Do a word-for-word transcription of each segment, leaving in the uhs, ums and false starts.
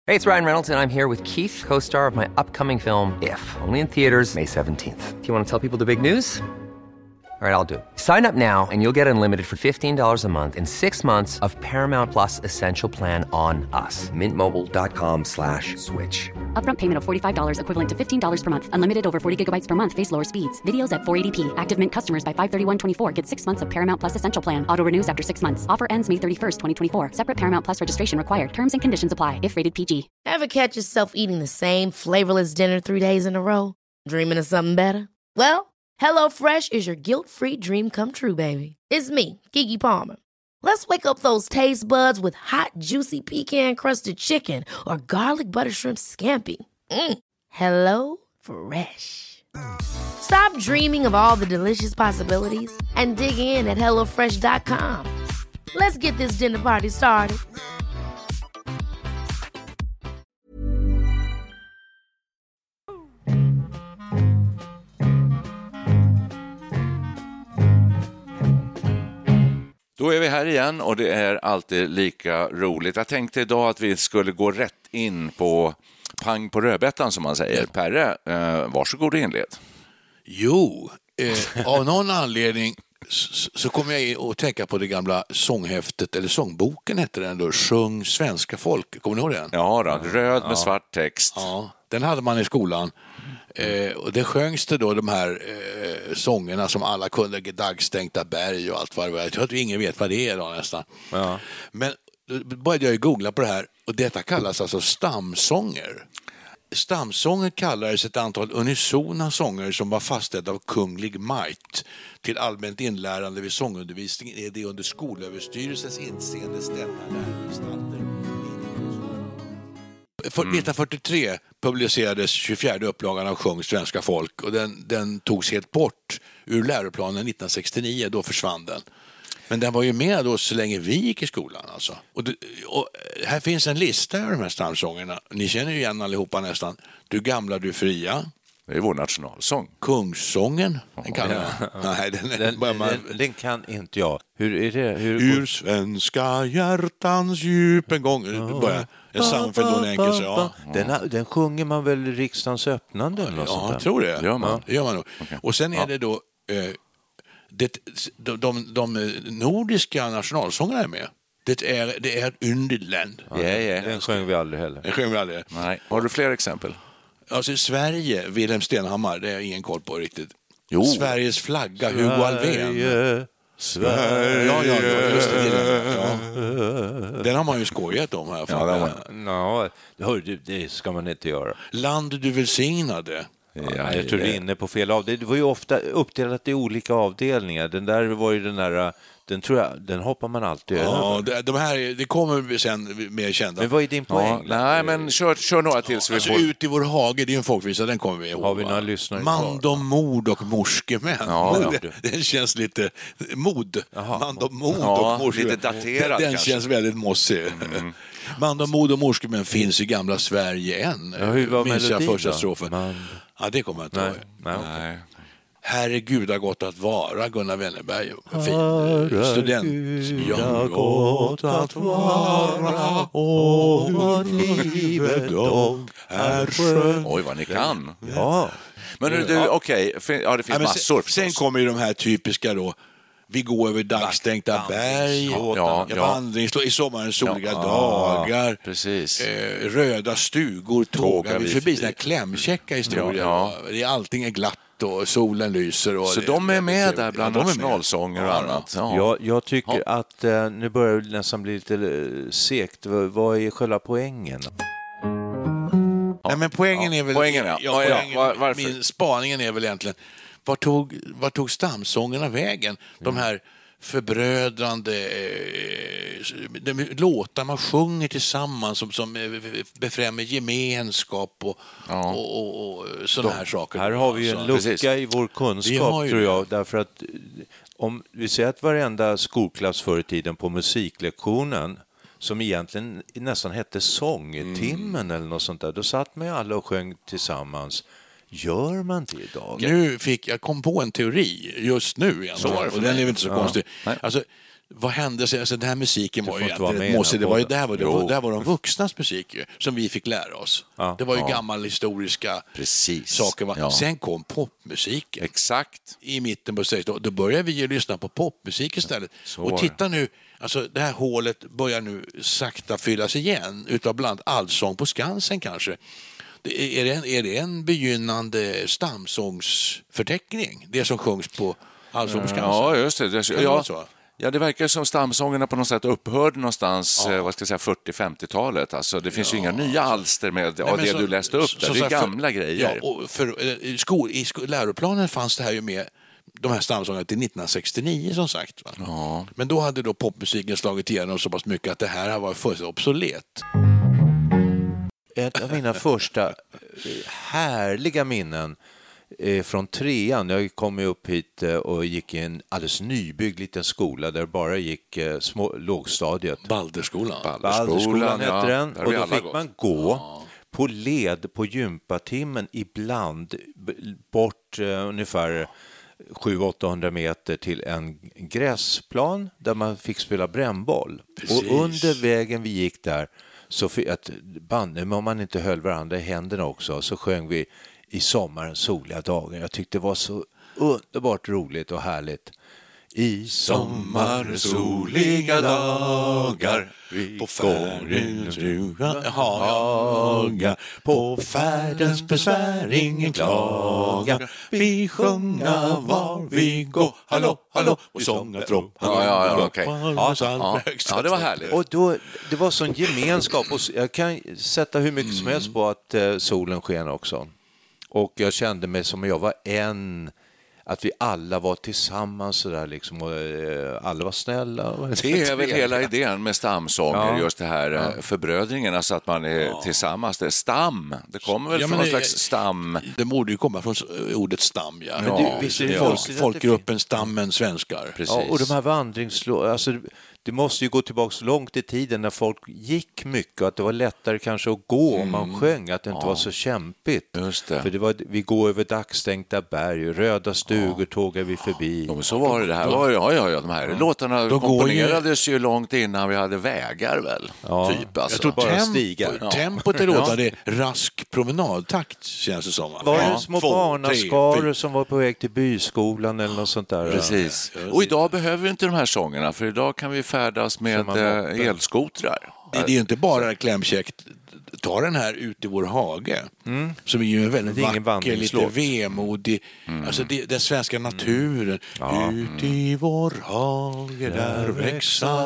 Hey, it's Ryan Reynolds, and I'm here with Keith, co-star of my upcoming film, If, only in theaters May seventeenth. Do you want to tell people the big news? All right, I'll do it. Sign up now and you'll get unlimited for fifteen dollars a month and six months of Paramount Plus Essential Plan on us. Mint Mobile dot com slash switch. Upfront payment of forty-five dollars equivalent to fifteen dollars per month. Unlimited over forty gigabytes per month. Face lower speeds. Videos at four eighty p. Active Mint customers by five thirty-one twenty-four get six months of Paramount Plus Essential Plan. Auto renews after six months. Offer ends May thirty-first, twenty twenty-four. Separate Paramount Plus registration required. Terms and conditions apply if rated P G. Ever catch yourself eating the same flavorless dinner three days in a row? Dreaming of something better? Well, HelloFresh is your guilt-free dream come true, baby. It's me, Keke Palmer. Let's wake up those taste buds with hot, juicy pecan-crusted chicken or garlic butter shrimp scampi. Mm. Hello Fresh. Stop dreaming of all the delicious possibilities and dig in at hello fresh dot com. Let's get this dinner party started. Då är vi här igen och det är alltid lika roligt. Jag tänkte idag att vi skulle gå rätt in på pang på rödbetan som man säger. Perre, eh, varsågod och inled. Jo, eh, av någon anledning så, så kommer jag att tänka på det gamla sånghäftet, eller sångboken hette den då, Sjung svenska folk. Kommer ni ihåg den? Ja, då, röd med ja. svart text. Ja, den hade man i skolan. Eh, och det sjöngs det då de här eh, sångerna som alla kunde, Daggstänkta berg och allt vad det var. Jag tror att ingen vet vad det är då nästan. Ja. Men då började jag ju googla på det här och detta kallas alltså stamsånger. Stamsånger kallades ett antal unisona sånger som var fastställda av kunglig might. Till allmänt inlärande vid sångundervisningen är det under skolöverstyrelsens inseende ställda läroanstalter. nittonhundrafyrtiotre publicerades tjugofjärde upplagan av Sjung svenska folk och den, den togs helt bort ur läroplanen nittonhundrasextionio, då försvann den. Men den var ju med då så länge vi gick i skolan alltså. Och, det, och här finns en lista av de här stamsångerna. Ni känner ju igen allihopa nästan. Du gamla, du fria. Det är vår nationalsång. Kungssången. Den kan, ja. Nej, den, den, den, man... den, den kan inte jag. Hur är det? Hur... Ur svenska hjärtans djup en gång. Oh. Börjar. En samfälld enkel så, ja. Den, den sjunger man väl i riksdagens öppnande? Eller ja, jag tror det. Gör man. Det gör man nog. Okay. Och sen är ja. det då... Eh, det, de, de, de nordiska nationalsångerna är med. Det är, det är Yndyland. Ja, ja, ja. Den sjöng vi aldrig heller. Den sjöng vi aldrig. Nej. Har du fler exempel? Alltså Sverige, Wilhelm Stenhammar, det har jag ingen koll på riktigt. Jo. Sveriges flagga, Hugo Alfvén. Sverige. Ja, ja, ja, just det. Den, ja. Den har man ju skojat om här. Ja, det, var... no, det ska man inte göra. Land du välsignade. Ja, jag tror vi är inne på fel avdelning. Det var ju ofta uppdelat i olika avdelningar. Den där var ju den där, den tror jag, den hoppar man alltid över. Ja, det, de här, det kommer sen mer kända. Men vad är din poäng? Ja, nej, men kör, kör några till så ja, vi alltså, får... Ut i vår hage, det är en folkvisa, den kommer vi ihåg. Har vi några lyssnare? Mandomord och morskemän. Ja, ja. Den känns lite mod. Mandomord ja, och morskemän. Lite daterad Den kanske. känns väldigt mossig. Mm. Mandomord och morskemän finns i gamla Sverige än. Ja, hur var minns jag första då? strofen. Man... Ja, det kommer jag inte ihåg. Nej, nej. Herregud har gått att vara, Gunnar Wennerberg. Fin student. Ja, gott att vara och vad livet dock är skönt. Oj, vad ni kan. Ja. Men du, ja. okej, okay. ja, det finns ja, massor. Sen, sen kommer ju de här typiska då. Vi går över daggstänkta berg, ja, ja, ja. vandringslå i sommarens soliga ja, dagar, precis. Eh, röda stugor, tågar vi förbi, sådana här klämkäcka historier. Ja, ja. Allting är glatt och solen lyser. Och så det, de är med där bland ja, nationalsånger och annat. Ja. Jag, jag tycker ja. att uh, nu börjar det nästan bli lite uh, segt. V- vad är själva poängen? Ja. Nej, men poängen ja. är väl... Poängen, ja. Ja, poängen, Var, varför? Min spaningen är väl egentligen... Var tog, var tog stamsångerna vägen? De här förbrödrande eh, de låtar man sjunger tillsammans som, som befrämjar gemenskap och, ja. och, och, och sådana här saker. Här har vi ju en lucka Precis. i vår kunskap tror jag. Därför att om vi säger att varenda skolklass förr i tiden på musiklektionen som egentligen nästan hette sångtimmen mm. eller något sånt där. Då satt man alla och sjöng tillsammans. Gör man det idag? Nu fick jag kom på en teori just nu igen, och den är väl inte så ja. konstig. Alltså, vad hände? Alltså, den här musiken var ju egentligen måste, det var ju där var det var, där var de vuxnas musik ju, som vi fick lära oss. Ja. Det var ju ja. gammal historiska Precis. saker. Ja. Sen kom popmusiken. Exakt. I mitten på sextiotalet. Då, då började vi ju lyssna på popmusik istället. Så. Och titta nu, alltså det här hålet börjar nu sakta fyllas igen utav bland allsång på Skansen kanske. Det är, det en, är det en begynnande stamsångsförteckning? Det som sjungs på allsång på Skansen? Ja, just det. det ja. Så? Ja, det verkar som stamsångerna på något sätt upphörde någonstans ja. vad ska jag säga, fyrtio-femtiotalet. Alltså, det finns ja. ju inga nya alster med Nej, det så, du läste upp. Så, där. Det är så, gamla för, grejer. Ja, och för, i, skol, I skol, läroplanen fanns det här ju med de här stamsångerna till nittonhundrasextionio som sagt. Va? Ja. Men då hade då popmusiken slagit igenom så pass mycket att det här var fullständigt obsolet. Ett av mina första härliga minnen från trean. Jag kom upp hit och gick i en alldeles nybyggd liten skola där bara gick små, lågstadiet. Balderskolan. Balderskolan, Balderskolan hette ja, den. Och då fick gått. man gå ja. på led på gympatimmen ibland bort uh, ungefär sju åttahundra meter till en gräsplan där man fick spela brännboll. Precis. Och under vägen vi gick där så fick att banden, om man inte höll varandra i händerna också, så sjöng vi i sommarens soliga dagar. Jag tyckte det var så underbart roligt och härligt. I sommarens soliga dagar på färdens haga, på färdens besvär ingen klagar. Vi sjunga var vi går, hallå, hallå, och sånga tro. Ja, ja, ja, okej. Ja, ja, ja, det var härligt. Och då, det var sån gemenskap. Och jag kan sätta hur mycket som helst på att uh, solen sken också. Och jag kände mig som jag var en, att vi alla var tillsammans så där liksom, och eh, alla var snälla. Och det är väl hela idén med stamsånger, ja. just det här ja. förbrödringen, alltså att man är ja. tillsammans. Det är stam, det kommer väl ja, från någon slags stam. Det borde ju komma från ordet stam, ja. Men ja. Du, visst är det ja. Folk, folkgruppen stammen svenskar. Precis. Ja, och de här vandringslå... Alltså, det måste ju gå tillbaka långt i tiden när folk gick mycket, att det var lättare kanske att gå om man mm. sjöng, att det inte ja. var så kämpigt. Just det. För det var, vi går över dagstänkta berg, röda stugor ja. tågar vi förbi. Ja, men så var det det här. Var, ja, ja, ja, de här ja. låtarna Då komponerades ju... ju långt innan vi hade vägar väl. Ja. Typ, alltså. Jag tror bara tempo, stigar. Ja. Tempot i låtarna är rask promenadtakt, känns det som. Var det ja. små barnaskaror som var på väg till byskolan eller något sånt där? Precis. Ja. Och idag behöver vi inte de här sångerna, för idag kan vi färdas med elskotrar. Det, det är ju inte bara klämkäckt. Ta den här ut i vår hage mm. som är ju en väldigt vacker, lite vemodig. Mm. Alltså det, den svenska naturen. Ja. Ut i vår hage där växa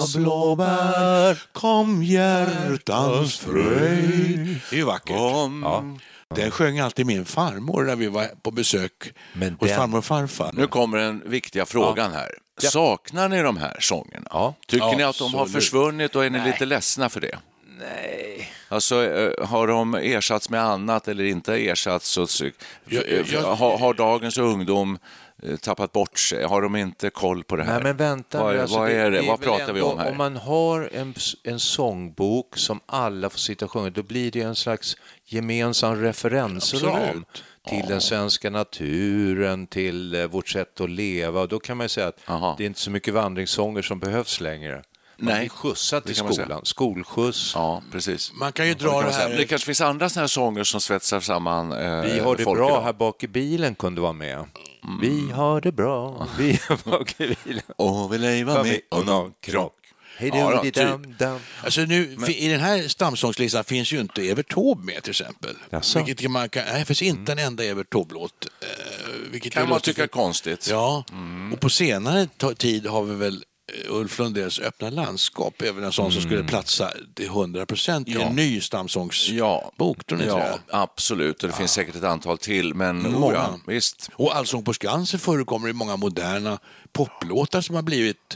blåbär, kom hjärtans fröjd. Det är ju vackert. Ja. Den sjöng alltid min farmor när vi var på besök Men hos den... farmor och farfar. Nu kommer den viktiga frågan ja. här. Saknar ni de här sångerna? Ja. Tycker ja, ni att de har försvunnit och är ni Nej. lite ledsna för det? Nej. Alltså, har de ersatts med annat eller inte ersatts? Så, jag, jag, har, har dagens ungdom tappat bort sig? Har de inte koll på det här? Nej, men vänta. Vad, alltså, vad är det? det vad pratar ändå, vi om här? Om man har en, en sångbok som alla får sitta och sjunga, då blir det en slags gemensam referensram till ja. den svenska naturen, till uh, vårt sätt att leva. Och då kan man säga att Aha. det är inte så mycket vandringssånger som behövs längre. Man Nej, skjutsat till skolan. Skolskjuts. Ja, precis. Man kan ju dra det, det här. Det kanske finns andra såna här sånger som svetsar samman eh, Vi har det bra idag. Här bak i bilen kunde vara med. Mm. Vi har det bra. Vi har bak i bilen. Och vi lever med och någon krock. Hej då, ja, typ. dam, dam. Alltså nu, Men... i den här stamsångslistan finns ju inte Evert Taube med till exempel. Jaså? Vilket man kan, nej, det finns inte mm. en enda Evert Taube-låt. Eh, vilket kan man tycka är konstigt. Ja, mm. och på senare tid har vi väl Ulf Lundells Öppna landskap, även en sån mm. som skulle platsa till hundra procent i ja. en ny stamsångsbok. Ja, ja absolut. Och det ja. finns säkert ett antal till, men många. Ja, visst. Och Allsång på Skansen förekommer i många moderna poplåtar som har blivit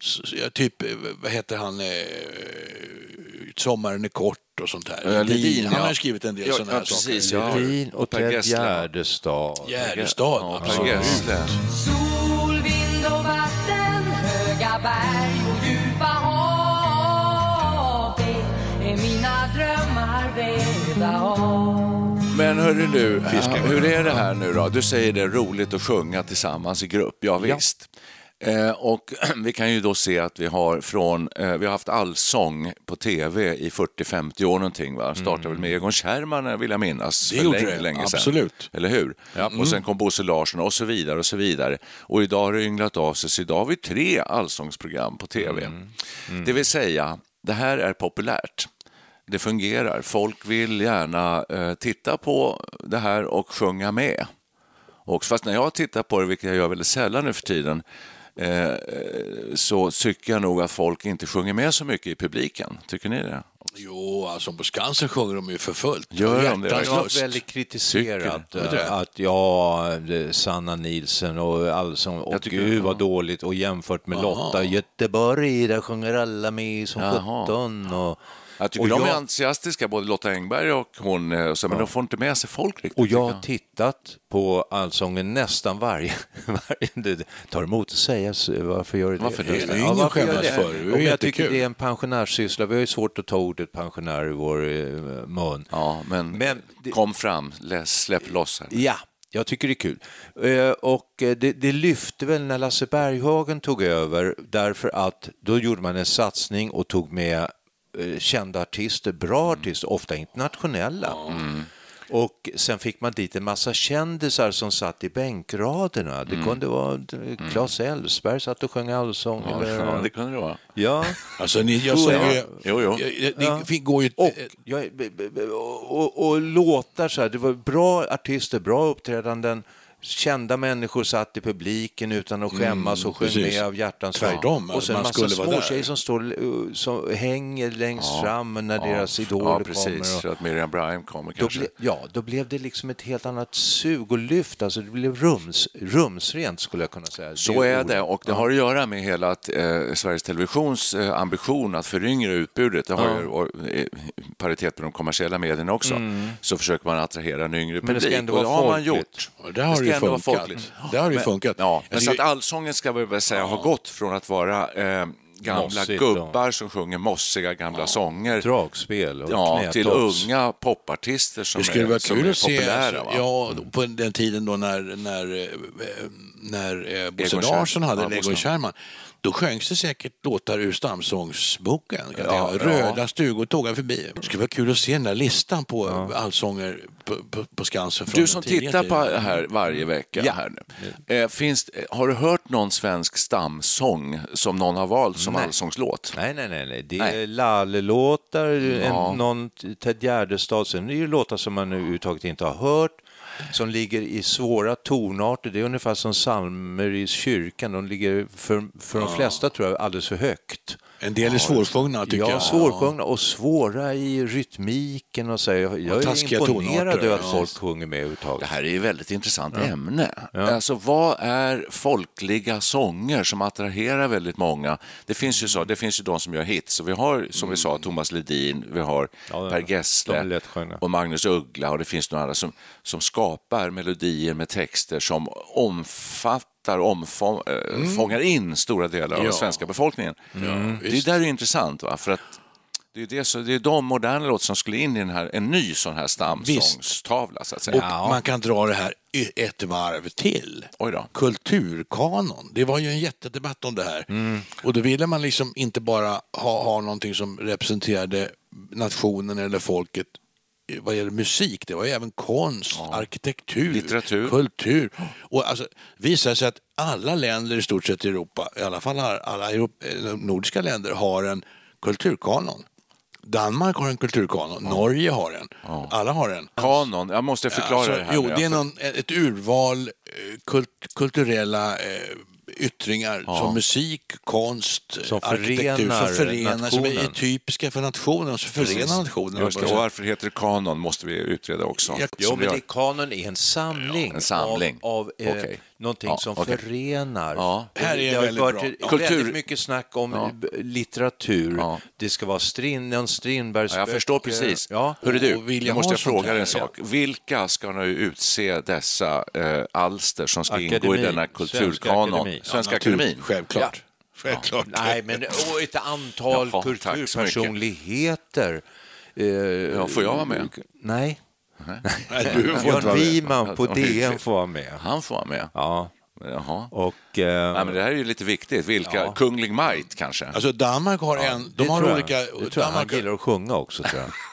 typ, vad heter han, eh, Sommaren är kort och sånt här. Äh, Ledin, han ja. har skrivit en del ja, sådana här ja, precis, saker. Ja. Ledin och Ted Gärdestad. Gärdestad, ja, absolut. Sol, vind och vatten, höga berg och djupa hav, det är mina drömmar vävda av. Men hörru nu, hur är det här nu då? Du säger det är roligt att sjunga tillsammans i grupp, ja visst. Ja. Eh, och vi kan ju då se att vi har från, eh, vi har haft allsång på tv i fyrtio femtio år någonting, va? Startade mm. väl med Egon Kjærman, vill jag minnas, det för gjorde länge, det. länge sedan. Absolut. Eller hur? Ja. Mm. Och sen kom Bosse Larsson och så vidare och så vidare. Och idag har det ynglat av sig, så idag har vi tre allsångsprogram på tv. Mm. Mm. Det vill säga, det här är populärt. Det fungerar. Folk vill gärna eh, titta på det här och sjunga med. Och fast när jag tittar på det, vilket jag gör väldigt sällan nu för tiden, eh, så tycker jag nog att folk inte sjunger med så mycket i publiken. Tycker ni det? Jo, alltså på Skansen sjunger de ju för fullt. Gör de det? Det var väldigt kritiserat äh, att ja, Sanna Nielsen och allsång, och gud vad dåligt, och jämfört med Aha. Lotta Göteborg, där sjunger alla med som sjutton och jag tycker och de jag... är entusiastiska, både Lotta Engberg och hon, så, men ja. de får inte med sig folk riktigt. Och jag har tittat på allsången nästan varje... varje det tar emot att säga, varför gör det det? Varför det? Det är ingen ja, skämmas för. Det är jag tycker det är en pensionärssyssla. Vi har ju svårt att ta ordet pensionär i vår uh, mun. Ja, men, men det... kom fram, läs, släpp loss här. Ja. Jag tycker det är kul. Uh, och det, det lyfte väl när Lasse Berghagen tog över, därför att då gjorde man en satsning och tog med kända artister, bra artister, ofta internationella. Mm. Och sen fick man dit en massa kändisar som satt i bänkraderna. Det mm. kunde vara Claes Elfsberg satt och sjöng allsång. Ja, eller... ja, det kunde det vara. Ja. Alltså, ni, jag säger ju... Jo, jo. Ni går ju... Och, ja, och, och, och låtar så här, det var bra artister, bra uppträdanden. Kända människor satt i publiken utan att skämmas och sjöng med av hjärtans Tvärtom, och sen en massa småtjejer som står som hänger längst ja, fram när ja, deras idoler ja, precis, kommer. Och, så att Miriam Bryant kommer kanske. Då ble, ja, då blev det liksom ett helt annat sug och lyft. Alltså det blev rums, rumsrent skulle jag kunna säga. Så är det, och det har att göra med hela att, eh, Sveriges Televisions eh, ambition att föryngra utbudet. Det har ja. ju och, eh, paritet med de kommersiella medierna också. Mm. Så försöker man attrahera en yngre publik. Men det ska ändå vara och det har man gjort. Och det har det ju funkat. Det har ju men, funkat. Ja, men så att allsången ska vi väl säga ja. har gått från att vara eh, gamla Mossigt gubbar då. som sjunger mossiga gamla ja. sånger. Dragspel och ja, till unga popartister som det skulle är, vara som kul är att se, populära. Alltså, ja, på den tiden då när, när, när eh, Bosse Larsson hade ja, Egon Kjærman. Då sjöngs det säkert låtar ur stamsångsboken. Ja, Röda ja. stugor tågar förbi. Det skulle vara kul att se den där listan på ja. allsånger på, på, på Skansen. Du som tittar på det här varje vecka. Ja. Här nu. Eh, finns, har du hört någon svensk stamsång som någon har valt som nej. allsångslåt? Nej, nej, nej. nej. Det är nej. Lalle-låtar, ja. en, någon Ted Gärdestad. Sen är det låtar som man överhuvudtaget inte har hört. Som ligger i svåra tonarter. Det är ungefär som psalmer i kyrkan. De ligger för, för de flesta tror jag alldeles för högt. En del är svårsjungna tycker ja, jag. Ja, svårsjungna och svåra i rytmiken. Och så. Jag, jag är imponerad över att folk sjunger med överhuvudtaget. Det här är ju ett väldigt intressant ja. ämne. Ja. Alltså, vad är folkliga sånger som attraherar väldigt många? Det finns ju så, det finns ju de som gör hits. Så vi har, som vi sa, Thomas Ledin, vi har ja, Per Gessle och Magnus Uggla, och det finns några andra som, som skapar melodier med texter som omfattar omfång, mm. fångar in stora delar av ja. den svenska befolkningen. Mm. Det är där det är intressant, va? För att det är, det, så, det är de moderna låtar som skulle in i den här, en ny sån här stamsångstavla så att säga. Och ja. man kan dra det här ett varv till. Oj då. Kulturkanon. Det var ju en jättedebatt om det här. Mm. Och då ville man liksom inte bara ha, ha någonting som representerade nationen eller folket vad gäller musik, det var ju även konst, ja. arkitektur, litteratur, kultur. Och alltså visar sig att alla länder i stort sett i Europa, i alla fall alla Europa, nordiska länder har en kulturkanon. Danmark har en kulturkanon, ja. Norge har en, ja. alla har en. Kanon, jag måste förklara alltså, det här. Jo, det är någon, ett urval kult, kulturella eh, yttringar ja. som musik, konst, som arkitektur förenar som förenar, nationen. som är typiska för nationen, som förenar nationen. Just det, och varför heter det kanon måste vi utreda också. Ja, jo, men det, kanon är en samling, ja, en samling. av, av eh, okay. någonting ja, som okay. förenar. Ja. Här är det har väldigt varit bra. Kultur. Väldigt mycket snack om ja. litteratur. Ja. Det ska vara Strin, en Strindbergs ja, jag förstår precis. Ja. Hörru du, jag måste jag fråga en sak. Ja. Vilka ska nu utse dessa eh, alster som ska Akademi. ingå i denna kulturkanon? Svenska Akademin. Självklart. Ja. Självklart. Ja. Nej, men och ett antal Jaha, kulturpersonligheter. Eh, ja, får jag vara med? Nej. Nej, du får Björn Wiman på D N får vara med. Han får vara med. Ja. Jaha. Och, eh, ja, men det här är ju lite viktigt. Vilka? Ja. Kunglig Majt kanske? Alltså Danmark har en... Ja, de har tror olika... Jag. Det tror jag. Han gillar att sjunga också, tror jag.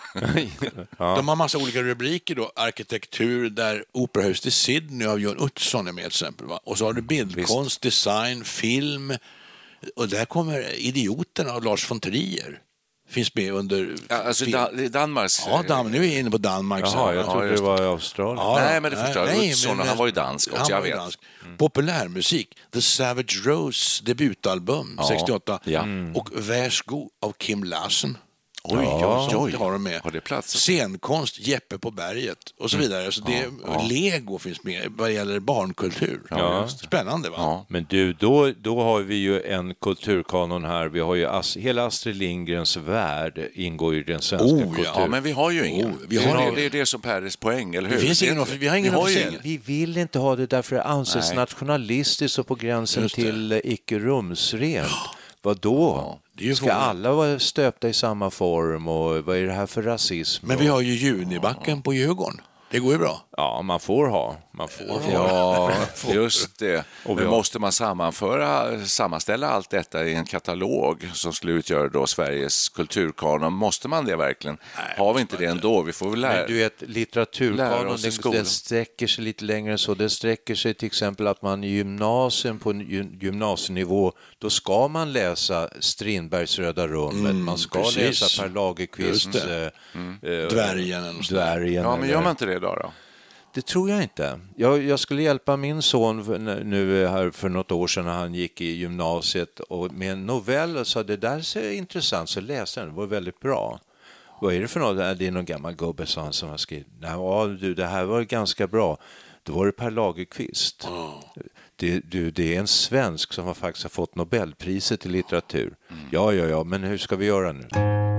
Ja. De har massa olika rubriker då. Arkitektur, där Operahuset i Sydney av John Utzon är med till exempel. Va? Och så har du bildkonst, Visst. design, film. Och där kommer Idioterna av Lars von Trier. Finns med under... Ja, alltså da, det är Danmarks... Ja, Dan, nu är jag inne på Danmark. Jaha, jag trodde ja, det var i Australien. Ja, nej, men det förstår jag. Utzon, han var ju dansk också, jag vet. Dansk. Mm. Populärmusik. The Savage Rose debutalbum, ja. sextioåtta. Ja. Mm. Och Värsgo av Kim Larsen. Oj, ja, oj, oj. Det har de med. Har det plats? Scenkonst, Jeppe på berget och så vidare. Mm. Så det, ja, Lego finns med vad gäller barnkultur. Ja. Spännande, va? Ja. Men du, då, då har vi ju en kulturkanon här. Vi har ju As- hela Astrid Lindgrens värld ingår i den svenska oh, kulturen. Ja, men vi har ju ingen. Oh, vi har det, det är det som Peres poäng, eller hur? Det finns ingen, vi har ingen vi, har ingen. vi vill inte ha det därför det anses Nej. nationalistiskt och på gränsen till icke-rumsrent. Vad då? Ja, ska alla vara stöpta i samma form och vad är det här för rasism? Men vi har ju Junibacken ja. på Djurgården. Det går ju bra. Ja, man får ha. Man får ha. Ja, just det. Och men måste man sammanföra, sammanställa allt detta i en katalog som skulle utgöra då Sveriges kulturkanon? Måste man det verkligen? Nej, har vi inte det ändå? Vi får väl lära, men du vet, litteraturkanon, det, det sträcker sig lite längre än så. Det sträcker sig till exempel att man i gymnasien, på gymnasienivå, då ska man läsa Strindbergs Röda rummet. Mm, man ska precis. läsa Per Lagerkvists äh, mm. äh, Dvärgen. Dvärgen. Ja, men gör man inte det då? då? Det tror jag inte. Jag, jag skulle hjälpa min son nu här för något år sedan när han gick i gymnasiet och med en novell och sa det där ser intressant, så läste den. Det var väldigt bra. Vad är det för något? Det är någon gammal gubbe som har skrivit. Nej, ja, du, det här var ganska bra. Då var det Per Lagerkvist. Oh. Det, du, det är en svensk som har faktiskt har fått Nobelpriset i litteratur. Mm. Ja, ja, ja, men hur ska vi göra nu?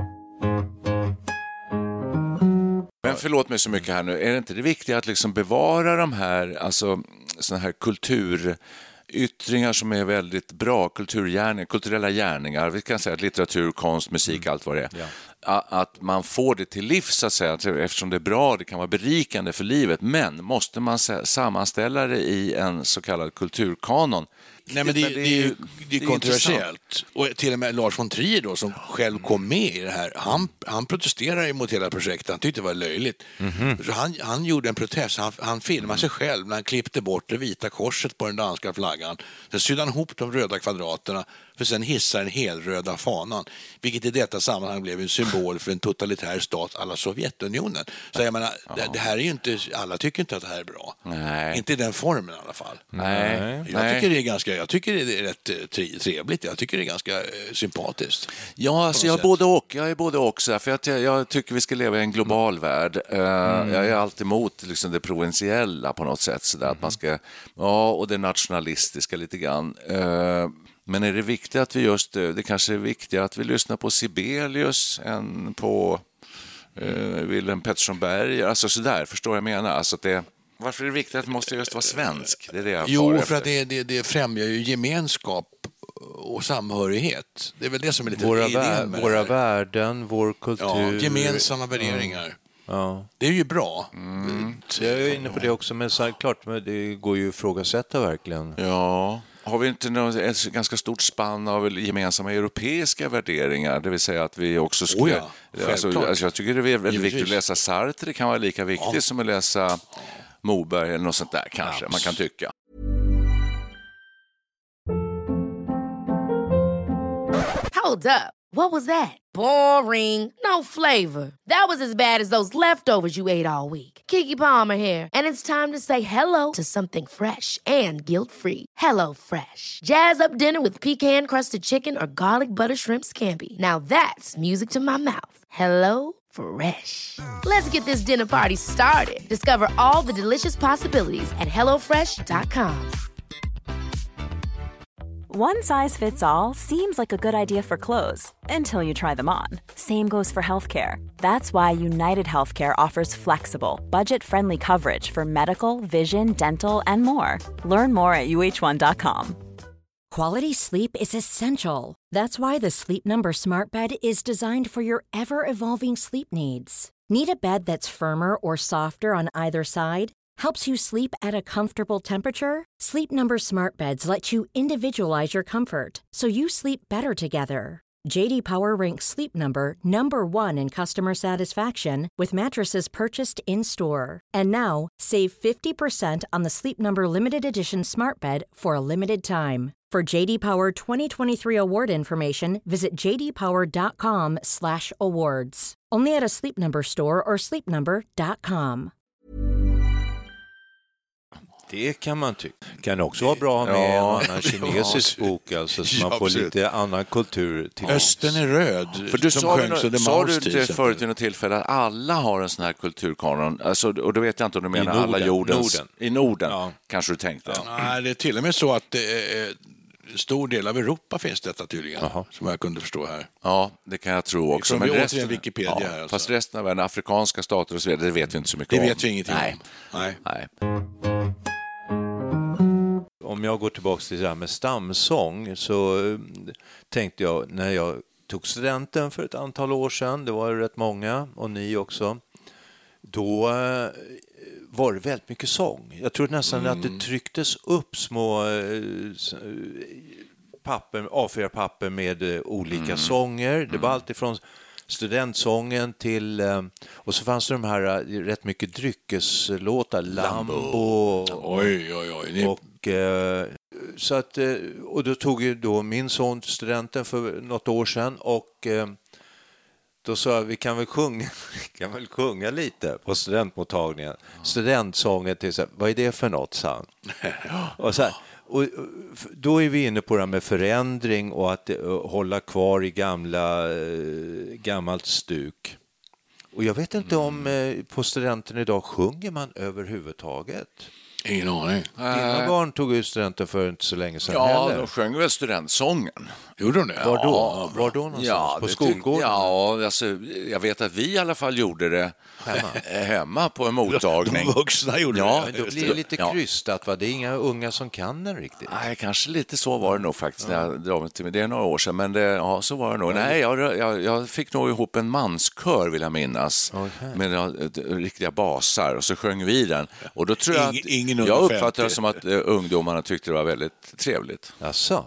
Men förlåt mig så mycket här nu. Är det inte det viktiga att liksom bevara de här, alltså såna här kulturyttringar som är väldigt bra, kulturgärningar, kulturella gärningar, vi kan säga att litteratur, konst, musik, mm. allt vad det är. Ja. Att man får det till liv så att säga, eftersom det är bra, det kan vara berikande för livet, men måste man sammanställa det i en så kallad kulturkanon? Nej, men det, det, det är ju det är kontroversiellt. Och till och med Lars von Trier då, som själv kom med i det här, han, han protesterade mot hela projektet. Han tyckte det var löjligt. Mm-hmm. Så han, han gjorde en protest. Han, han filmade sig själv när han klippte bort det vita korset på den danska flaggan. Sen sydde han ihop de röda kvadraterna för sen hissar den helröda fanan. Vilket i detta sammanhang blev en symbol för en totalitär stat alla Sovjetunionen. Så jag menar, ja. det, det här är ju inte, alla tycker inte att det här är bra. Nej. Inte i den formen i alla fall. Nej. Jag Nej. tycker det är ganska Jag tycker det är rätt trevligt. Jag tycker det är ganska sympatiskt. Ja, alltså jag, både och, jag är både och. Så här, för att jag, jag tycker vi ska leva i en global mm. värld. Uh, mm. Jag är alltid emot liksom, det provinciella på något sätt. Så där, mm. att man ska, ja, och det nationalistiska lite grann. Uh, men är det viktigt att vi just, det kanske är viktigt att vi lyssnar på Sibelius än på uh, Wilhelm Pettersson Berg. Alltså sådär, förstår jag menar. Alltså att det Varför är det viktigt att det måste just vara svensk? Det är det jag jo, för efter. att det, det, det främjar ju gemenskap och samhörighet. Det är väl det som är lite våra, vä- våra värden, vår kultur. Ja, gemensamma värderingar. Mm. Ja. Det är ju bra. Mm. Jag är inne på det också, men så, klart, men det går ju att ifrågasätta verkligen. Ja. Har vi inte något, ett ganska stort spann av gemensamma europeiska värderingar? Det vill säga att vi också skulle... Oh ja, alltså, alltså, jag tycker det är väldigt Givetvis. viktigt att läsa Sartre. Det kan vara lika viktigt ja. som att läsa Moberg eller något sånt där kanske. Ja. Man kan tycka. Hold up. What was that? Boring. No flavor. That was as bad as those leftovers you ate all week. Keke Palmer here. And it's time to say hello to something fresh and guilt-free. Hello Fresh. Jazz up dinner with pecan-crusted chicken or garlic butter shrimp scampi. Now that's music to my mouth. Hello Fresh. Let's get this dinner party started. Discover all the delicious possibilities at hello fresh dot com. One size fits all seems like a good idea for clothes until you try them on. Same goes for healthcare. That's why United Healthcare offers flexible, budget-friendly coverage for medical, vision, dental, and more. Learn more at u h one dot com. Quality sleep is essential. That's why the Sleep Number Smart Bed is designed for your ever-evolving sleep needs. Need a bed that's firmer or softer on either side? helps you sleep at a comfortable temperature. Sleep Number smart beds let you individualize your comfort so you sleep better together. J D Power ranks Sleep Number number one in customer satisfaction with mattresses purchased in-store. And now, save fifty percent on the Sleep Number Limited Edition smart bed for a limited time. For J D Power twenty twenty-three award information, visit j d power dot com slash awards. Only at a Sleep Number store or sleep number dot com. Det kan man tycka. Kan också vara bra med ja, en annan kinesisk ja, bok, alltså, så man får absolut. Lite annan kultur till Östern är röd. För du sa, du, sa du inte förut i något tillfälle att alla har en sån här kulturkanon, alltså, och då vet jag inte om du menar Norden, alla jordens... Norden. I Norden, ja. Kanske du tänkte. Ja. Nej, det är till och med så att det är... stor del av Europa finns detta tydligen, Aha. som jag kunde förstå här. Ja, det kan jag tro också. Men resten, Wikipedia ja, här, alltså. Fast resten av världen, afrikanska stater och så vidare, det vet vi inte så mycket det om. Det vet vi ingenting Nej. om. Nej. Nej. Om jag går tillbaka till det här med stamsång så tänkte jag när jag tog studenten för ett antal år sedan, det var rätt många och ni också, då var det väldigt mycket sång. Jag tror nästan mm. att det trycktes upp små papper, A fyra papper med olika mm. sånger. Det var allt ifrån studentsången till, och så fanns det de här rätt mycket dryckeslåtar, Lambo, Lambo. Oj, oj, oj. och så att, och då tog ju då min son studenten för något år sedan och då sa jag, vi kan väl sjunga, vi kan väl sjunga lite på studentmottagningen. Studentsången till så här, vad är det för något, sa han. Och så här, och då är vi inne på det här med förändring och att hålla kvar i gamla, gammalt stuk. Och jag vet inte om på studenten idag sjunger man överhuvudtaget. Ingen aning. Dina barn tog ut studenten för inte så länge sedan ja, heller. Ja, de sjöng väl studentsången. Gjorde de det? Var då? Ja, Var då någonstans? Ja, på skolgården? Ja, alltså, jag vet att vi i alla fall gjorde det hemma, hemma på en mottagning. De vuxna gjorde ja, det. Men då blir det lite ja. krystat, va? Det är inga unga som kan den riktigt. Nej, kanske lite så var det nog faktiskt. Ja. När jag till mig. Det är några år sedan, men det, ja, så var det nog. Ja. Nej, jag, jag, jag fick nog ihop en manskör, vill jag minnas, okay. med ja, riktiga basar, och så sjöng vi den. Och då tror jag att, ingen, ingen jag uppfattade det som att uh, ungdomarna tyckte det var väldigt trevligt. Jaså?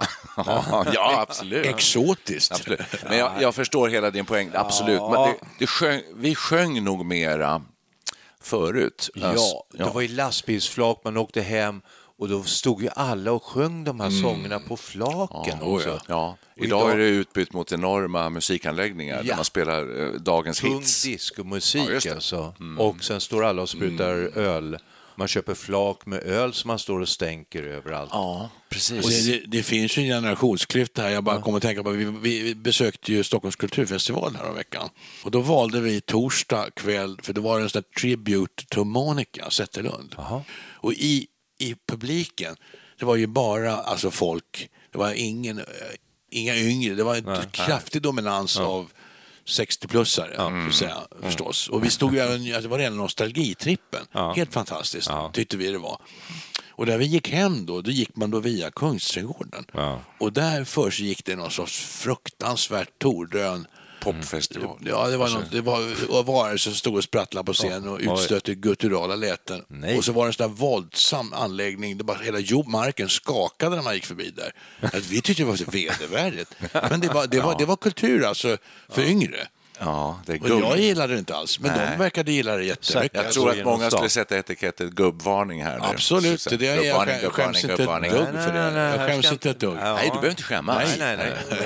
Ja, absolut. Exotiskt. Absolut. Men jag, jag förstår hela din poäng, absolut. Men det, det sjöng, vi sjöng nog mera förut. Ja, det var i lastbilsflak, man åkte hem och då stod ju alla och sjöng de här mm. sångerna på flaken ja, också. Ja. Ja. Idag, idag är det utbytt mot enorma musikanläggningar ja. där man spelar eh, dagens tung hits. Tung discomusik ja, alltså. Mm. Och sen står alla och sprutar mm. öl. Man köper flak med öl som man står och stänker överallt. Ja, precis. Och det, det, det finns ju en generationsklyfta här. Jag bara ja. kommer att tänka på vi, vi besökte ju Stockholms kulturfestival här om veckan. Och då valde vi torsdag kväll, för det var en sån där tribute to Monica Zetterlund. Aha. Och i, i publiken, det var ju bara alltså folk, det var ingen, inga yngre, det var en nej, kraftig nej. dominans ja. av sextio-plussare, mm. säga, mm. förstås. Och vi stod ju, det var rena nostalgitrippen. Ja. Helt fantastiskt, ja. tyckte vi det var. Och där vi gick hem då, då gick man då via Kungsträdgården. Ja. Och där först gick det någon sorts fruktansvärt tordrön popfestival. Ja, det var något, det var varelser som stod och sprattlade på scen och utstötte gutturala läten. Nej. Och så var det en sån där våldsam anläggning, det bara hela jordmarken skakade när man gick förbi där. Att vi tyckte det var så vedervärdigt. Men det var, det var, det var kultur alltså för ja. yngre. Ja, det är och jag gillade det inte alls, men Nej. de verkade gilla det jättemycket. Jag tror att många skulle sätta etiketten gubbvarning här nu. Absolut, så, det är, jag, jag skäms inte ett dugg för det. Jag skäms inte ett dugg. Nej, du behöver inte skämmas. Nej, nej, nej.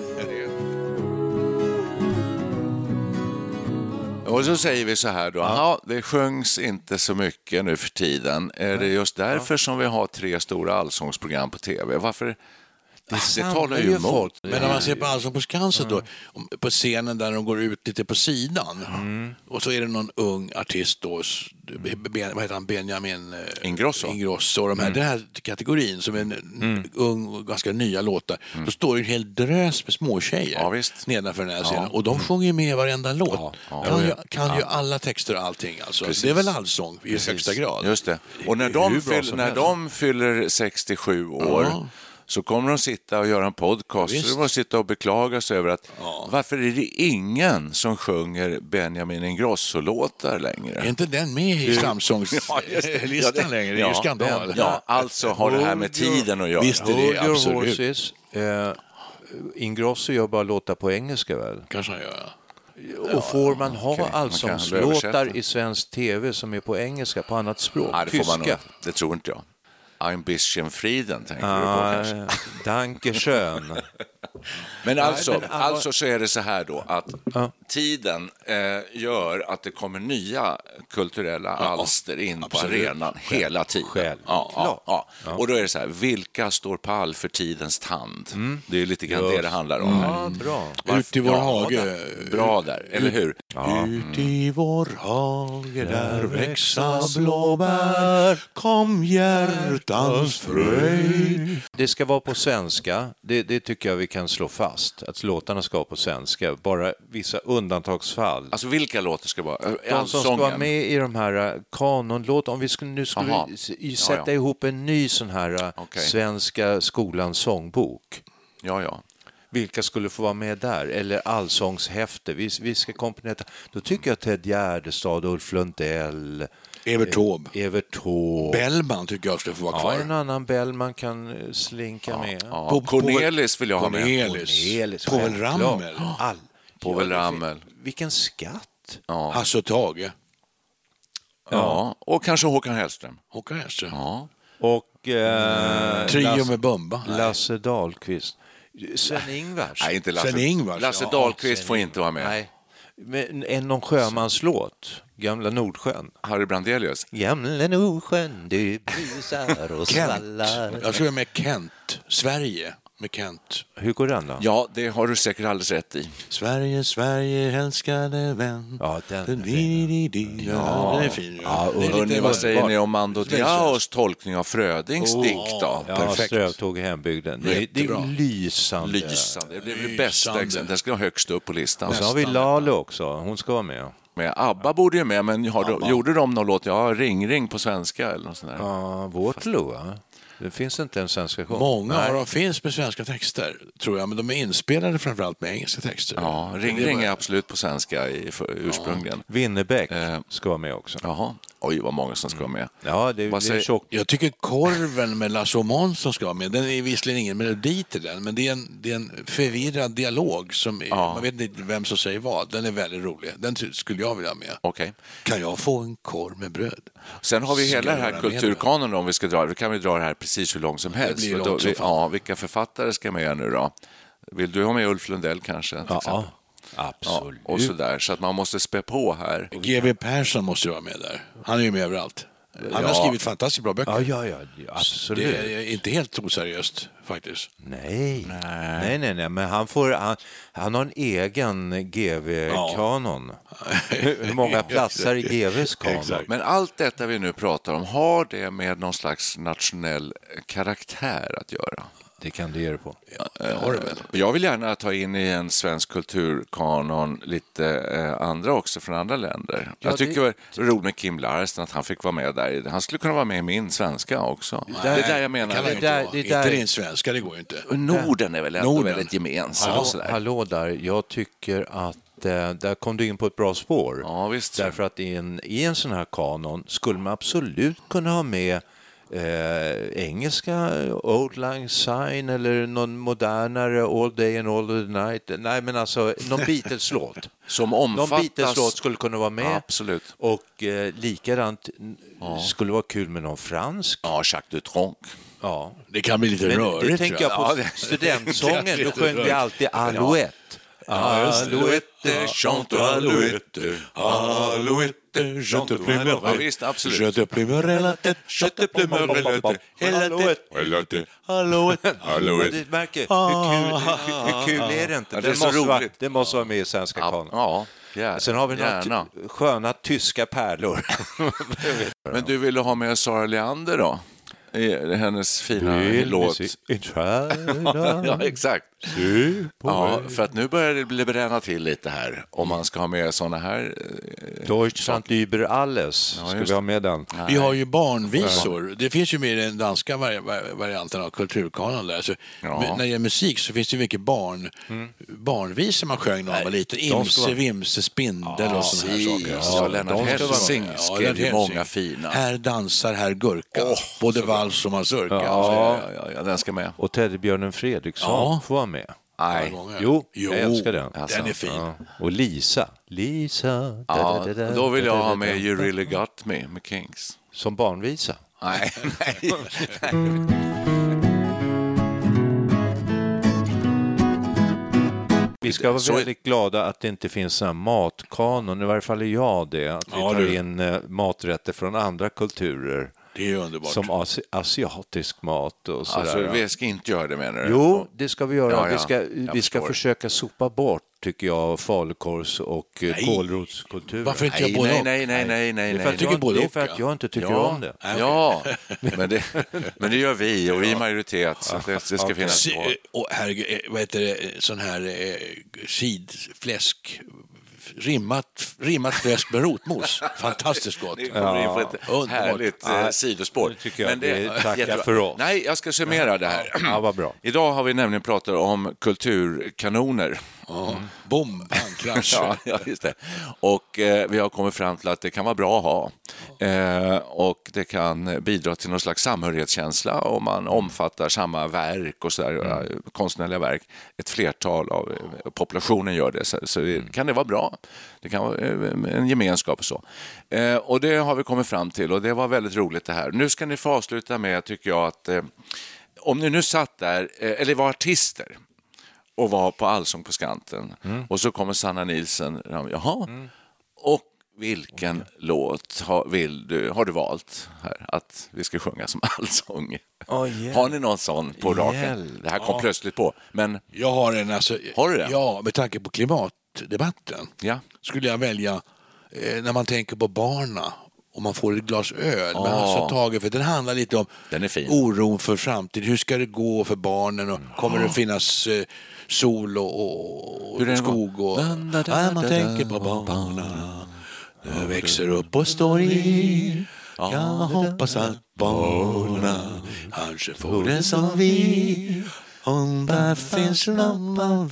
Och så säger vi så här då, ja. det sjöngs inte så mycket nu för tiden. Är det just därför ja. som vi har tre stora allsångsprogram på tv? Varför? Det, det talar ju emot. Men när man ser på Allsång på Skansen då, på scenen där de går ut lite på sidan mm. och så är det någon ung artist då, vad heter han, Benjamin Ingrosso, Ingrosso och de här, mm. den här kategorin som är en mm. ung och ganska nya låtar. Mm. Då står det en hel drös med småtjejer ja, nedanför den här scenen ja. och de sjunger med varenda låt. Ja. Ja. Kan, ju, kan ja. ju alla texter och allting. Alltså. Det är väl allsång i högsta grad. Just det. Och när de, fyll, när de fyller sextiosju år ja. så kommer de sitta och göra en podcast. Ja, så de måste sitta och beklaga sig över att ja. varför är det ingen som sjunger Benjamin Ingrosso-låtar längre? Är inte den med i Samsongs-listan ja, ja, längre? Det är ju skandal. Ja, alltså har det här med tiden att göra. Visst är det, absolut. Horses, eh, Ingrosso gör bara låtar på engelska väl? Kanske han gör, ja. Och får man ha okay. allsångslåtar i svensk tv som är på engelska på annat språk? Ja, det Tyska? Får man nog, det tror inte jag. Ein bisschen Frieden tänker ah, du på kanske. Danke schön. Men alltså, Nej, men alla... alltså så är det så här då att ah. tiden eh, gör att det kommer nya kulturella ah, alster in absolut. På arenan Själv. Hela tiden. Själv. Ja, ja, ja. Ja. Och då är det så här, vilka står pall för tidens tand? Mm. Det är lite grann Just. Det det handlar om. Mm. Ja, bra. Varför? Ut i vår ja, hage. Där. Bra där, eller hur? Ja. Ut i vår hage där växa blåbär, kom hjärtans fröjd. Det ska vara på svenska, det, det tycker jag vi kan slå fast, att låtarna ska vara på svenska, bara vissa undantagsfall. Alltså vilka låtar ska vara? De som ska vara med i de här kanonlåtarna, om vi skulle, nu skulle Aha. vi sätta ja, ja. ihop en ny sån här okay. svenska skolans sångbok. Ja, ja. Vilka skulle få vara med där? Eller allsångshäfte. Vi, vi ska komponera. Då tycker jag Ted Gärdestad, Ulf Lundell, Evert Taube. Evert Taube. Bellman tycker jag ska få vara kvar. Ja, en annan Bellman kan slinka ja, med. Ja. På, Cornelis vill jag ha med. Cornelis. Povel Ramel. All. Povel Ramel. Vilken skatt. Ja. Hasse och Tage. Ja. ja, och kanske Håkan Hellström. Håkan Hellström. Ja. Och eh, Trio Lasse, med Bumba. Lasse Dahlqvist. Sven-Ingvars. Nej, inte Lasse. Sven-Ingvars. Lasse ja. Dahlqvist får inte vara med. Nej. Men en någon sjömanslåt. Gamla Nordsjön. Harry Brandelius. Gamla Nordsjön, du brusar och svallar. Jag tror med Kent. Sverige med Kent. Hur går den då? Ja, det har du säkert alldeles rätt i. Sverige, Sverige, älskade vän. Ja, den är fin. Ja, den är fin. Ja, och hörni, vad, vad säger ni om Mando Diaos tolkning av Frödings oh, dikt då? Ja, perfekt. Strövtåg i hembygden. Det, det är lysande. Lysande. Det blir det bästa exempel. Den ska vara högst upp på listan. Och så har vi Lalo också. Hon ska vara med. Med ABBA borde ju med, men har du, gjorde de någon låt? Ja, Ring Ring på svenska eller något sånt där. Ja, Waterloo, va? Det finns inte en svensk version. Många av dem finns med svenska texter, tror jag, men de är inspelade framförallt med engelska texter. Ja, Ring Ring är absolut på svenska i för, ursprungligen. Ja. Winnerbäck eh. ska vara med också. Jaha. Oj, vad många som ska vara med. Ja, det, det är tjockt. Jag tycker Korven med Lasse och Måns ska vara med. Den är visserligen ingen melodi till den, men det är en, det är en förvirrad dialog som är, ja. man vet inte vem som säger vad. Den är väldigt rolig. Den skulle jag vilja ha med. Okay. Kan jag få en korv med bröd? Sen har vi hela den här kulturkanon om vi ska dra. Vi kan vi dra det här precis hur långt som helst. Det blir långt då, som vi, ja, vilka författare ska med nu då? Vill du ha med Ulf Lundell kanske? Till ja, absolut. Ja, och så där, så att man måste spä på här. G W Persson måste ju vara med där. Han är ju med överallt. Han ja. har skrivit fantastiskt bra böcker. Ja, ja, ja, absolut. Det är inte helt oseriöst faktiskt. Nej, nej, nej, nej, nej. Men han, får, han, han har en egen G W-kanon. Ja. Hur många platser i G V:s kanon? Exakt. Men allt detta vi nu pratar om, har det med någon slags nationell karaktär att göra? Det kan du ge det på. Ja, det har det väl. Jag vill gärna ta in i en svensk kulturkanon lite eh, andra också från andra länder. Ja, jag tycker det var roligt med Kim Larsen att han fick vara med där. Han skulle kunna vara med i min svenska också. Nej, det är där jag menar. Det, det, där, det där... Inte din svenska, det går ju inte. Norden är väl ändå Norden. väldigt gemensamt. Hallå, hallå där, jag tycker att där kom du in på ett bra spår. Ja, visst. Därför att i en, i en sån här kanon skulle man absolut kunna ha med Eh, engelska Old Lang Syne eller någon modernare All Day and All the Night. Nej, men alltså någon Beatles-låt som omfattas. Någon Beatles-låt skulle kunna vara med. Ja, absolut. Och eh, likadant ja. skulle vara kul med någon fransk. Ja, Jacques Dutronc. Ja. Det kan bli lite men rörigt. Det tänker jag på ja, studentsången. Då sjöng vi alltid Alouette. Alouette, chante Alouette, Alouette, je te plumerai. Ja, visst, absolut. Je te plumerai la tête, je te plumerai la tête, Alouette, Alouette, Alouette. Du märker, hur kul, hur, hur kul är det inte? Ja, det, det, måste vara, det måste vara med i svenska kanon. Ja, ja. Sen har vi några sköna tyska pärlor. Men du ville ha med Sara Leander då? Hennes fina låt. Ja, exakt. Ja, för att nu börjar det bli bränna till lite här om man ska ha med såna här eh, Deutschland über alles. Ska ja, vi ha med den? Nej. Vi har ju barnvisor. Det finns ju med i den danska vari- varianten av kulturkanon där. Så ja. När det gäller musik så finns det mycket barn mm. barnvisor man sjöng när man var liten. Imse, vimse, spindel ja, och såna här saker. Ja, ja, Lennart Hellsing skrev ju många fina. Här dansar här Gurka. Oh, både vals och mazurka. Ja, ja, ja, ja, ja, den ska med. Och Teddybjörnen Fredriksson ja. får vara med. Nej. Jo, jo, jag älskar den. Alltså, den är fin. Ja. Och Lisa. Lisa. Ja, da, da, da, då vill jag ha med You Really Got Me med Kings. Som barnvisa? Nej, nej. Vi ska vara väldigt glada att det inte finns en matkanon. I varje fall är jag det. Att vi ja, tar du. in uh, maträtter från andra kulturer. Det är underbart. Som asi- asiatisk mat och sådär. Alltså, vi ska inte göra det, menar du? Jo, det ska vi göra. Ja, ja. Vi ska, vi ska försöka sopa bort, tycker jag, falukorvs- och nej. kålrotskulturen. Varför inte jag nej, nej, nej, nej, nej, det är för att, jag, det är för att jag inte tycker ja. om det. Ja, men det, men det gör vi och vi är majoritet, så det, det ska okay. finnas kvar. Och herregud, vad heter det, sån här eh, sidfläsk... Rimmat, rimmat fläsk med rotmos. Fantastiskt gott. Det kommer in på ett ja. härligt ja. sidospår. Det tycker jag. Men det är tackar för oss. Nej, jag ska summera det här. Ja, vad bra. Idag har vi nämligen pratat om kulturkanoner. Mm. Bomban, krasch. ja, ja, just det. Och eh, vi har kommit fram till att det kan vara bra att ha. Eh, och det kan bidra till någon slags samhörighetskänsla om man omfattar samma verk och så där, mm. konstnärliga verk. Ett flertal av eh, populationen gör det, så, så mm. kan det vara bra. Det kan vara eh, en gemenskap och så. Eh, och det har vi kommit fram till och det var väldigt roligt det här. Nu ska ni få avsluta med, tycker jag, att eh, om ni nu satt där, eh, eller var artister och var på Allsång på Skanten. Mm. Och så kommer Sanna Nielsen. Jaha. Mm. Och vilken okay. låt har, vill du, har du valt här att vi ska sjunga som allsång? Oh, yeah. Har ni någon sån på raken? Yeah. Det här kom ja. plötsligt på. Men jag har en. Alltså, har du det? Ja, med tanke på klimatdebatten ja. skulle jag välja eh, när man tänker på barna. Och man får ett glas öl. Oh. Men alltså taget, för den handlar lite om den är fin. Oron för framtiden. Hur ska det gå för barnen? Och kommer oh. det finnas eh, sol och, och, och skog? Och, ja, man tänker på barnen. Det växer upp och står i. Jag hoppas att barnen kanske får det som vi. Om där finns lampan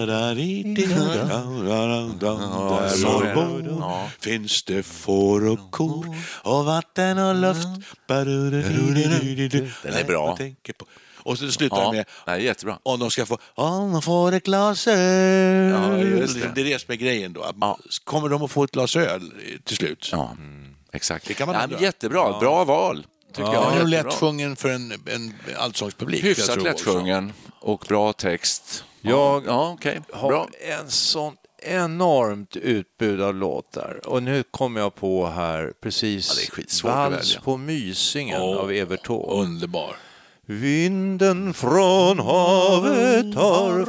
där finns det får och kor och vatten och luft. Den är bra. Och så slutar ja, med nej, jättebra. Om de ska få om de får ett glas öl. Ja, just det. Det är det som är grejen då. Ja. Kommer de att få ett glas öl till slut? Ja, mm. exakt. Det kan man ja, jättebra, ja. Bra val. Tycker ja, jag är lättsjungen för en, en allsångspublik. Hyfsat lättsjungen och bra text. Jag ja, okay. har en sån enormt utbud av låtar. Och nu kommer jag på här precis ja, Vals på Mysingen oh, av Evert Taube. Underbar. Vinden från havet har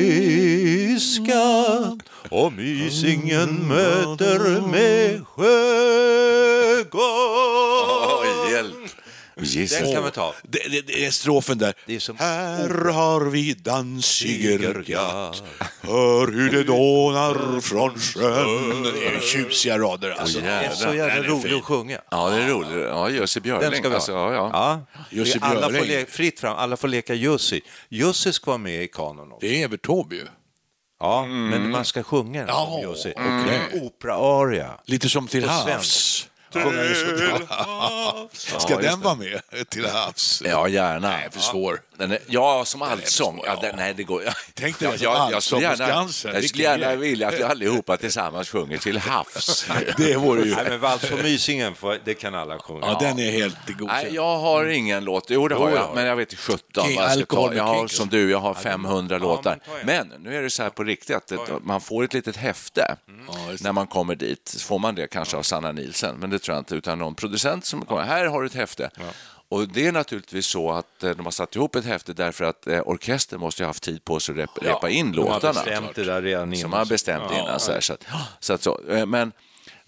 friskat och Mysingen möter med sjögång. Oh, hjälp. Jesus. Den kan vi ta. Det, det, det är strofen där. Det är som... Här har vi dansigergat. Hör hur det dånar från sjön. Det är tjusiga rader. Alltså. Det är så jävla roligt att sjunga. Ja, det är roligt. Ja, Jussi Björling. Alltså, ja, ja. Ja. Jussi alla får le- fritt fram. Alla får leka Jussi. Jussi ska vara med i kanon också. Det är Evert Taube ju. Ja, mm. men man ska sjunga den som Jussi. Mm. Och en opera-aria. Lite som till havs. Till Ska ja, den vara med till havs? Ja, gärna. Nej, för svår. Den är, ja, som allsång. Ja, den, nej, det går. Tänk dig jag, jag, jag skulle gärna, jag skulle gärna vilja att vi allihopa tillsammans sjunger till havs. Det vore ju. Nej, men Vals på Mysingen, det kan alla sjunga. Ja, den är helt god. Nej, jag har ingen låt. Jo, det har jag, men jag vet inte sjutton vad jag ska ta. Jag har som du, jag har femhundra låtar. Men nu är det så här på riktigt att man får ett litet häfte när man kommer dit. Får man det kanske av Sanna Nielsen, men det tror jag inte, utan någon producent som kommer. Här har du ett häfte. Och det är naturligtvis så att de har satt ihop ett häfte därför att eh, orkestern måste ha haft tid på sig att rep- repa in ja, låtarna. De har bestämt det där redan innan. Som har bestämt ja, innan. Ja. Så, här, så, att, så, att så. Men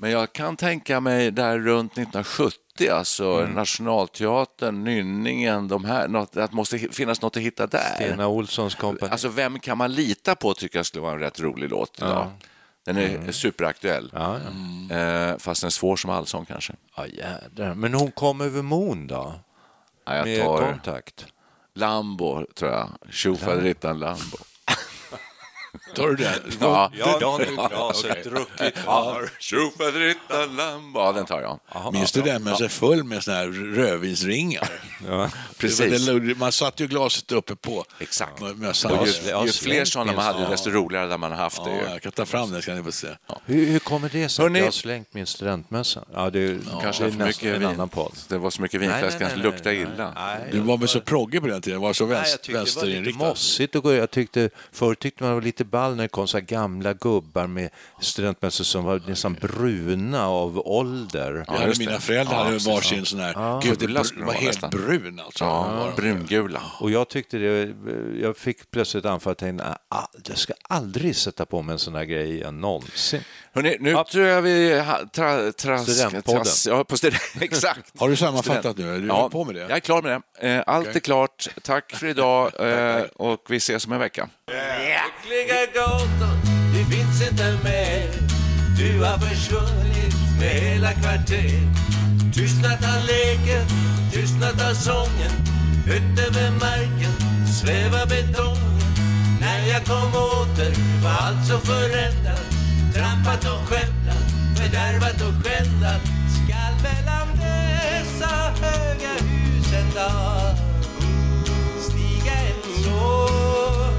Men jag kan tänka mig där runt nittonhundrasjuttio, alltså mm. Nationalteatern, Nynningen, de här, något, att det måste finnas något att hitta där. Stena Olssons kompani. Alltså vem kan man lita på tycker jag skulle vara en rätt rolig låt idag. Ja. Den är mm. superaktuell. Ja, ja. Mm. Eh, fast den är svår som allsång kanske. Ja, jädrar. Men hon kom över Mon då? Ja, jag med tar kontakt. Lambo, tror jag. Tjofaderittan Lambo. Tar du det? Ja, ja Dan i glaset, druckit har. Tjofaderittan Lambo. Ja, den tar jag. Aha, minns du den med sig full med såna här rödvinsringar? Ja, precis. Det, det, man satte ju glaset uppe på. Exakt. Med, med och ju, ju fler sådana man hade, desto roligare där man har haft ja, det. Jag kan ta fram det, ska ni få se. Ja. Hur, hur kommer det sig att jag har slängt min studentmössa? Ja, det är ja, kanske det för mycket en vin. Annan podd. Det var så mycket vinfläsk att det luktade illa. Nej, nej, du var väl så proggig på den tiden? Var så vänster, nej, jag tyckte det var lite mossigt. Och jag tyckte, förr tyckte man var lite ball när det kom så här gamla gubbar med studentmössor som var nästan bruna av ålder. Ja, ja, mina föräldrar ja, hade varsin ja. sån här. Ja. Gud, det var helt nästan. brun alltså. Ja, brungula. Och jag tyckte det, jag fick plötsligt anfall att ah, jag ska aldrig sätta på mig en sån här grej igen någonsin. Hörrni, nu ja. tror jag vi tra, tra, Studentpodden. Tras, ja, på student, exakt. Har du sammanfattat nu? Är du ja, på med det? Jag är klar med det. Allt okay. är klart. Tack för idag och vi ses om en vecka. Lyckliga gatan, du finns inte mer. Du har försvunnit med hela kvarter. Tystnat av leken, tystnat av sången. Högt över marken, svävar betongen. När jag kom åter var allt så förändrat. Trampat och skämtat, fördärvat och skändat. Skall mellan dessa höga hus en dag stiga en sår.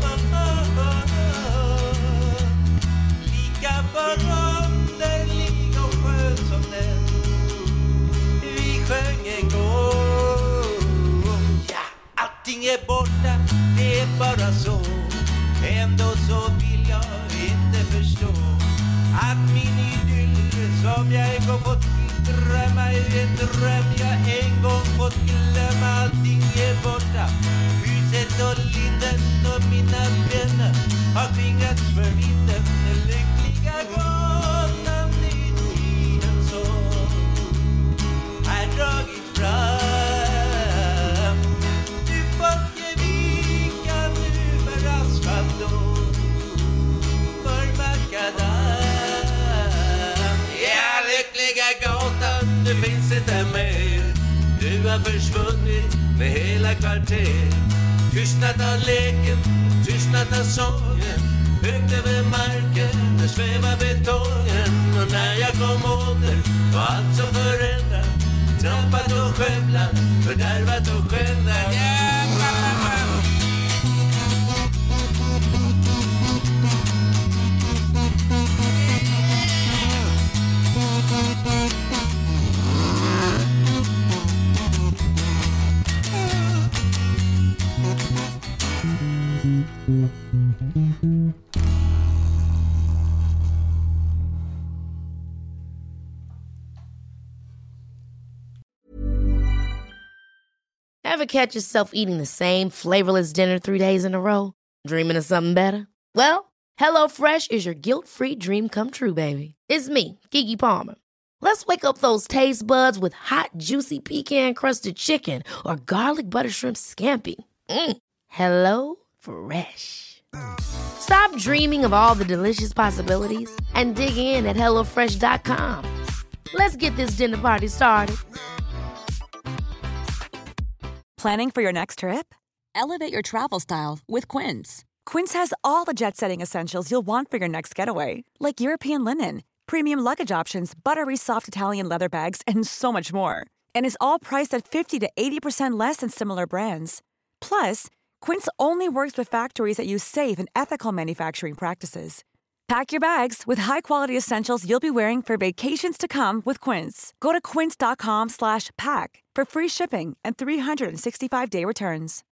Lika förunderlig och skön som den vi sjöng en gång. Ja, allting är borta, det är bara så. Ändå så vill jag inte förstå att min idyll som jag en gång fått drömma ur en dröm jag en gång fått glömma. Allting är borta, huset och linden och mina vänner har skingrats för vinden. Den lyckliga gatan i tiden så är dragit fram. Du får ge vika nu för asfalt och för makadam. Ja, lyckliga gatan, du finns inte mer. Du har försvunnit med hela kvarter. Tystnat av leken, tystnat av sången. Högt över marken, där svävar betongen. Och när jag kom åter var allt så förändrat. Trampat och skövlat, fördärvat och skändat. Yeah! Ever catch yourself eating the same flavorless dinner three days in a row? Dreaming of something better? Well, HelloFresh is your guilt-free dream come true, baby. It's me, Keke Palmer. Let's wake up those taste buds with hot, juicy pecan-crusted chicken or garlic butter shrimp scampi. Mm. Hello Fresh. Stop dreaming of all the delicious possibilities and dig in at hello fresh dot com. Let's get this dinner party started. Planning for your next trip? Elevate your travel style with Quince. Quince has all the jet-setting essentials you'll want for your next getaway, like European linen, premium luggage options, buttery soft Italian leather bags, and so much more. And is all priced at fifty to eighty percent less than similar brands. Plus, Quince only works with factories that use safe and ethical manufacturing practices. Pack your bags with high-quality essentials you'll be wearing for vacations to come with Quince. Go to quince dot com slash pack for free shipping and three sixty-five day returns.